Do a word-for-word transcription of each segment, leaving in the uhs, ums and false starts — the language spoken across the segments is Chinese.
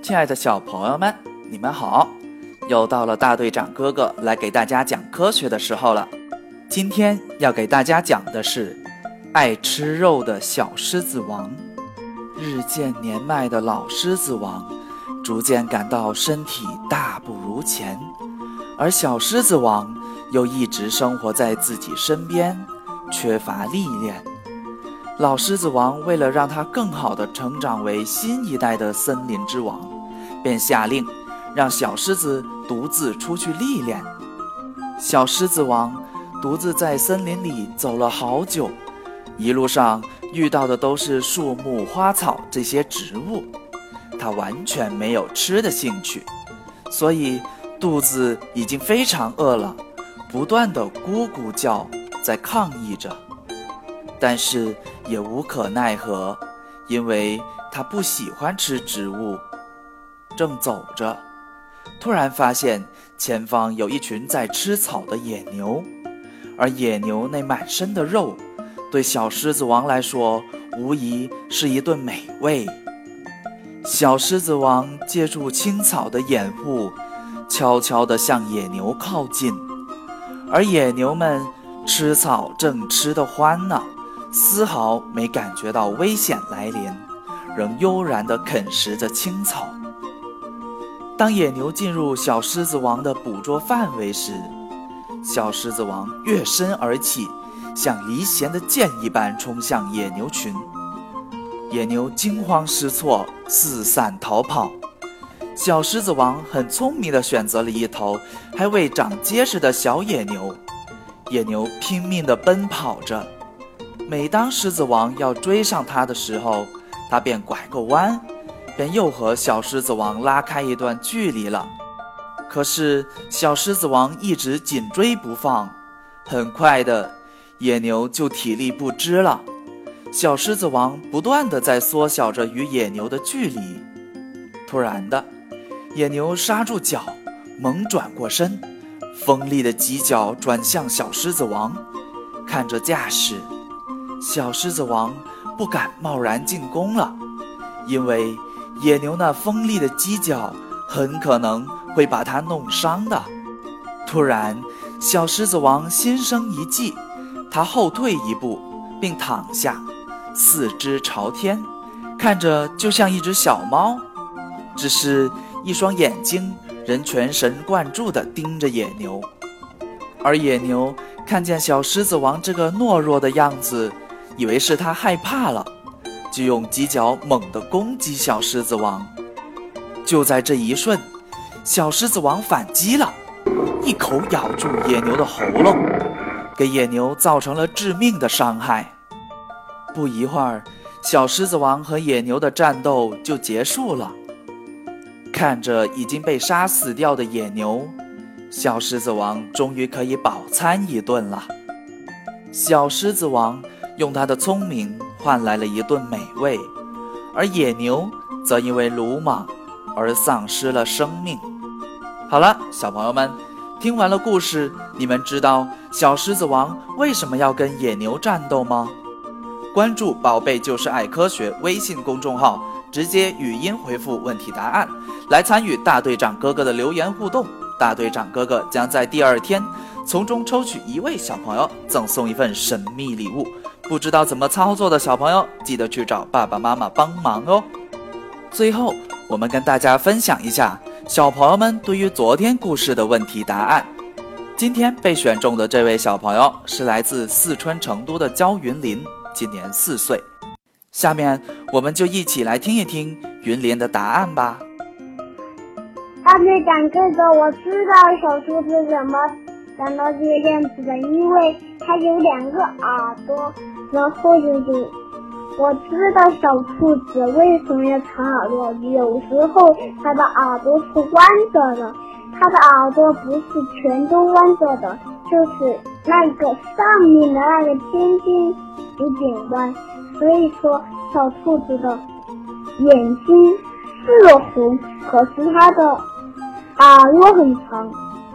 亲爱的小朋友们，你们好！又到了大队长哥哥来给大家讲科学的时候了。今天要给大家讲的是爱吃肉的小狮子王。日渐年迈的老狮子王逐渐感到身体大不如前，而小狮子王又一直生活在自己身边，缺乏历练。老狮子王为了让他更好地成长为新一代的森林之王，便下令让小狮子独自出去历练。小狮子王独自在森林里走了好久，一路上遇到的都是树木花草这些植物，他完全没有吃的兴趣，所以肚子已经非常饿了，不断地咕咕叫，在抗议着。但是也无可奈何，因为他不喜欢吃植物。正走着，突然发现前方有一群在吃草的野牛，而野牛那满身的肉对小狮子王来说无疑是一顿美味。小狮子王借助青草的掩护，悄悄地向野牛靠近，而野牛们吃草正吃得欢呢，丝毫没感觉到危险来临，仍悠然地啃食着青草。当野牛进入小狮子王的捕捉范围时，小狮子王跃身而起，像离弦的箭一般冲向野牛群。野牛惊慌失措，四散逃跑。小狮子王很聪明地选择了一头还未长结实的小野牛。野牛拼命地奔跑着，每当狮子王要追上它的时候，它便拐个弯，便又和小狮子王拉开一段距离了。可是小狮子王一直紧追不放，很快的，野牛就体力不支了。小狮子王不断地在缩小着与野牛的距离。突然的，野牛刹住脚，猛转过身，锋利的犄角转向小狮子王。看这架势，小狮子王不敢贸然进攻了，因为野牛那锋利的犄角很可能会把它弄伤的。突然，小狮子王心生一计，他后退一步，并躺下，四肢朝天，看着就像一只小猫，只是一双眼睛仍全神贯注地盯着野牛。而野牛看见小狮子王这个懦弱的样子，以为是他害怕了，就用犄角猛地攻击小狮子王。就在这一瞬，小狮子王反击了，一口咬住野牛的喉咙，给野牛造成了致命的伤害。不一会儿，小狮子王和野牛的战斗就结束了。看着已经被杀死掉的野牛，小狮子王终于可以饱餐一顿了。小狮子王用他的聪明换来了一顿美味，而野牛则因为鲁莽而丧失了生命。好了，小朋友们，听完了故事，你们知道小狮子王为什么要跟野牛战斗吗？关注宝贝就是爱科学微信公众号，直接语音回复问题答案，来参与大队长哥哥的留言互动。大队长哥哥将在第二天从中抽取一位小朋友，赠送一份神秘礼物。不知道怎么操作的小朋友，记得去找爸爸妈妈帮忙哦。最后，我们跟大家分享一下小朋友们对于昨天故事的问题答案。今天被选中的这位小朋友是来自四川成都的焦云林，今年四岁。下面我们就一起来听一听云林的答案吧。 大队长哥哥，我知道小兔子怎么长到这个样子的，因为它有两个耳朵，然后就是我知道小兔子为什么要长耳朵，有时候它的耳朵是弯着的，它的耳朵不是全都弯着的，就是那个上面的那个尖尖有点弯，所以说小兔子的眼睛是红，可是它的耳朵很长。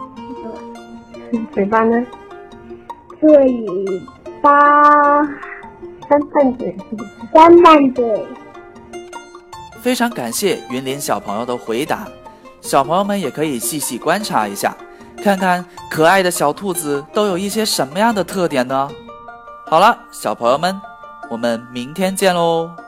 嘴巴呢？ 嘴巴三瓣嘴， 三瓣嘴。 非常感谢云林小朋友的回答，小朋友们也可以细细观察一下，看看可爱的小兔子都有一些什么样的特点呢？好了，小朋友们，我们明天见喽。